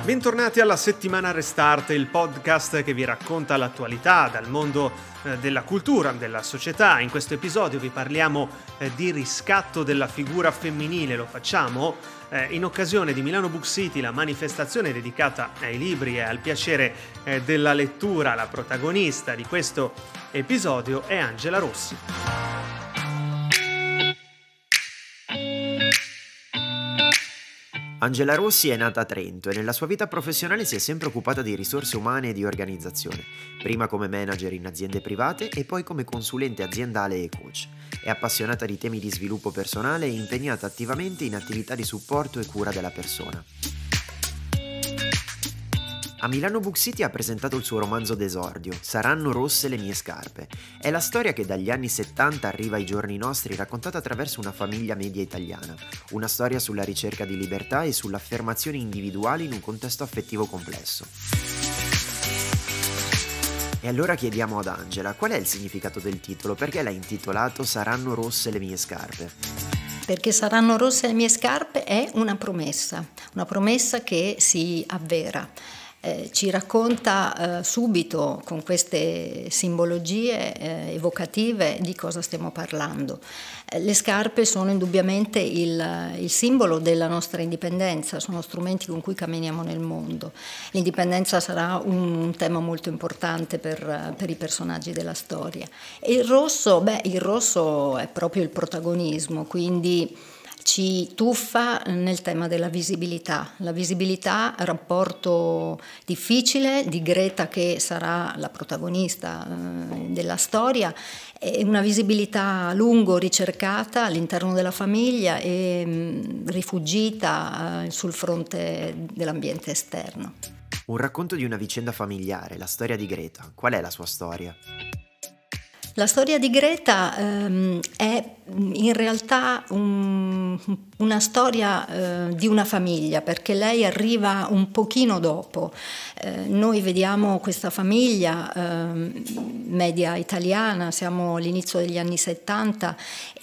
Bentornati alla Settimana Restart, il podcast che vi racconta l'attualità dal mondo della cultura, della società. In questo episodio vi parliamo di riscatto della figura femminile. Lo facciamo in occasione di Milano Book City, la manifestazione dedicata ai libri e al piacere della lettura. La protagonista di questo episodio è Angela Rossi. Angela Rossi è nata a Trento e nella sua vita professionale si è sempre occupata di risorse umane e di organizzazione, prima come manager in aziende private e poi come consulente aziendale e coach. È appassionata di temi di sviluppo personale e impegnata attivamente in attività di supporto e cura della persona. A Milano Book City ha presentato il suo romanzo d'esordio, Saranno rosse le mie scarpe. È la storia che dagli anni 70 arriva ai giorni nostri, raccontata attraverso una famiglia media italiana. Una storia sulla ricerca di libertà e sull'affermazione individuale in un contesto affettivo complesso. E allora chiediamo ad Angela, qual è il significato del titolo? Perché l'ha intitolato Saranno rosse le mie scarpe? Perché saranno rosse le mie scarpe è una promessa che si avvera. Ci racconta subito con queste simbologie evocative di cosa stiamo parlando. Le scarpe sono indubbiamente il simbolo della nostra indipendenza, sono strumenti con cui camminiamo nel mondo. L'indipendenza sarà un tema molto importante per i personaggi della storia. E il rosso è proprio il protagonismo, quindi ci tuffa nel tema della visibilità. La visibilità, rapporto difficile di Greta, che sarà la protagonista della storia, è una visibilità a lungo ricercata all'interno della famiglia e rifuggita sul fronte dell'ambiente esterno. Un racconto di una vicenda familiare, la storia di Greta. Qual è la sua storia? La storia di Greta è in realtà una storia di una famiglia, perché lei arriva un pochino dopo. Noi vediamo questa famiglia media italiana, siamo all'inizio degli anni 70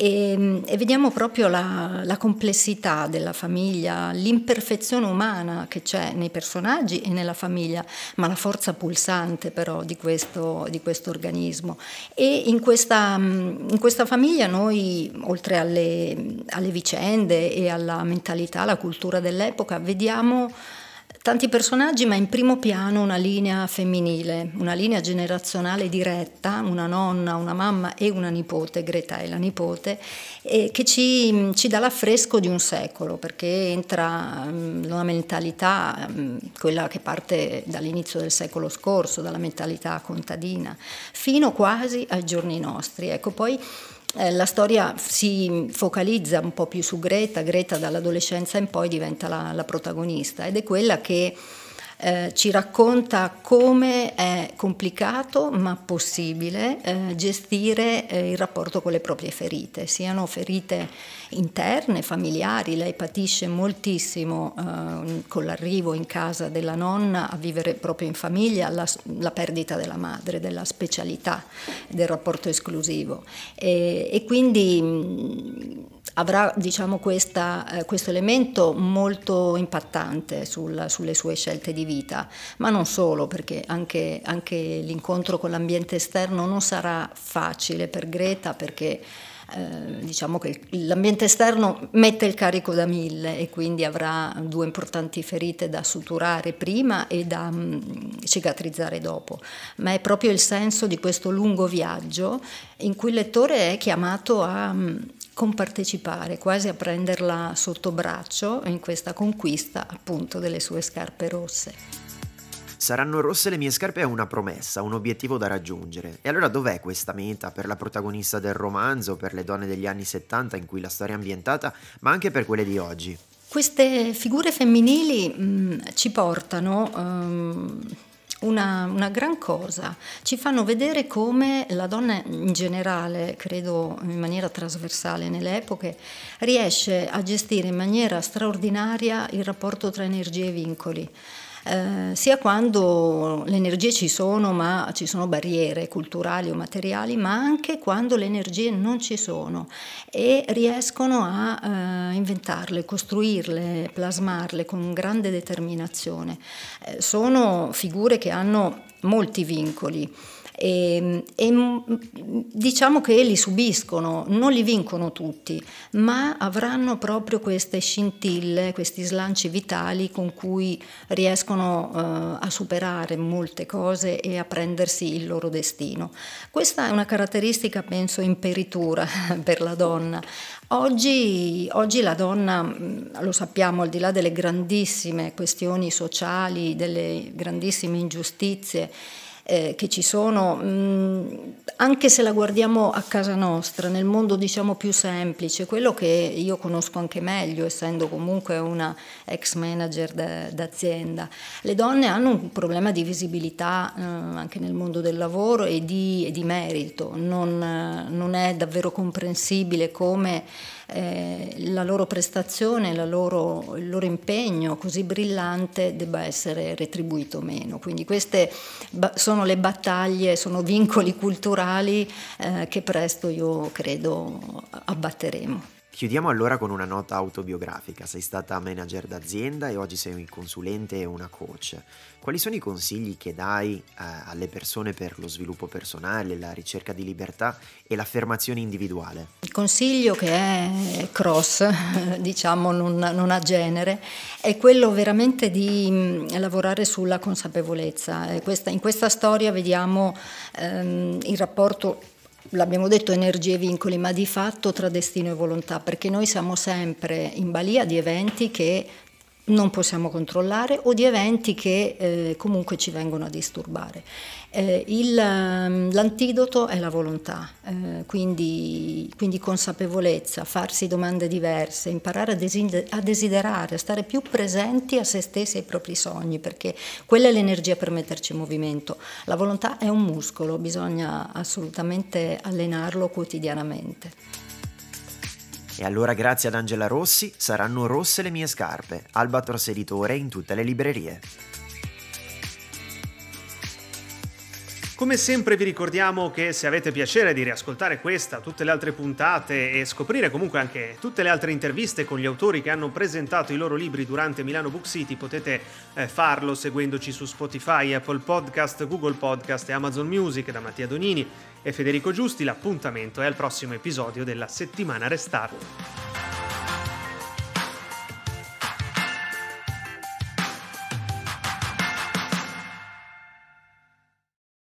e vediamo proprio la complessità della famiglia, l'imperfezione umana che c'è nei personaggi e nella famiglia, ma la forza pulsante però di questo organismo. E in questa famiglia noi, oltre alle vicende e alla mentalità, alla cultura dell'epoca, vediamo tanti personaggi, ma in primo piano una linea femminile, una linea generazionale diretta, una nonna, una mamma e una nipote, Greta è la nipote, che ci dà l'affresco di un secolo, perché entra una mentalità, quella che parte dall'inizio del secolo scorso, dalla mentalità contadina, fino quasi ai giorni nostri. Ecco, poi la storia si focalizza un po' più su Greta dall'adolescenza in poi diventa la protagonista ed è quella che ci racconta come è complicato ma possibile gestire il rapporto con le proprie ferite, siano ferite interne, familiari. Lei patisce moltissimo con l'arrivo in casa della nonna a vivere proprio in famiglia la perdita della madre, della specialità del rapporto esclusivo e quindi avrà, diciamo, questo elemento molto impattante sulle sue scelte di vita, ma non solo, perché anche l'incontro con l'ambiente esterno non sarà facile per Greta, perché diciamo che l'ambiente esterno mette il carico da 1000 e quindi avrà 2 importanti ferite da suturare prima e da cicatrizzare dopo, ma è proprio il senso di questo lungo viaggio in cui il lettore è chiamato a compartecipare, quasi a prenderla sotto braccio in questa conquista appunto delle sue scarpe rosse. Saranno rosse le mie scarpe è una promessa, un obiettivo da raggiungere. E allora dov'è questa meta per la protagonista del romanzo, per le donne degli anni 70 in cui la storia è ambientata, ma anche per quelle di oggi? Queste figure femminili ci portano una gran cosa, ci fanno vedere come la donna in generale, credo in maniera trasversale nelle epoche, riesce a gestire in maniera straordinaria il rapporto tra energie e vincoli. sia quando le energie ci sono, ma ci sono barriere culturali o materiali, ma anche quando le energie non ci sono e riescono a inventarle, costruirle, plasmarle con grande determinazione. Sono figure che hanno molti vincoli. E diciamo che li subiscono, non li vincono tutti, ma avranno proprio queste scintille, questi slanci vitali con cui riescono a superare molte cose e a prendersi il loro destino. Questa è una caratteristica, penso, imperitura per la donna. Oggi la donna, lo sappiamo, al di là delle grandissime questioni sociali, delle grandissime ingiustizie che ci sono, anche se la guardiamo a casa nostra, nel mondo diciamo più semplice, quello che io conosco anche meglio, essendo comunque una ex manager d'azienda, le donne hanno un problema di visibilità anche nel mondo del lavoro e di merito. Non è davvero comprensibile come la loro prestazione, il loro impegno così brillante debba essere retribuito meno. Quindi queste sono le battaglie, sono vincoli culturali che presto, io credo, abbatteremo. Chiudiamo allora con una nota autobiografica. Sei stata manager d'azienda e oggi sei un consulente e una coach. Quali sono i consigli che dai alle persone per lo sviluppo personale, la ricerca di libertà e l'affermazione individuale? Il consiglio, che è cross, diciamo non ha genere, è quello veramente di lavorare sulla consapevolezza. In questa storia vediamo il rapporto, l'abbiamo detto, energie e vincoli, ma di fatto tra destino e volontà, perché noi siamo sempre in balia di eventi che non possiamo controllare o di eventi che comunque ci vengono a disturbare. L'antidoto è la volontà, quindi consapevolezza, farsi domande diverse, imparare a desiderare, a stare più presenti a se stessi e ai propri sogni, perché quella è l'energia per metterci in movimento. La volontà è un muscolo, bisogna assolutamente allenarlo quotidianamente. E allora grazie ad Angela Rossi, saranno rosse le mie scarpe, Albatros editore in tutte le librerie. Come sempre vi ricordiamo che se avete piacere di riascoltare questa, tutte le altre puntate e scoprire comunque anche tutte le altre interviste con gli autori che hanno presentato i loro libri durante Milano Book City, potete farlo seguendoci su Spotify, Apple Podcast, Google Podcast e Amazon Music. Da Mattia Donini e Federico Giusti l'appuntamento è al prossimo episodio della Settimana Restart.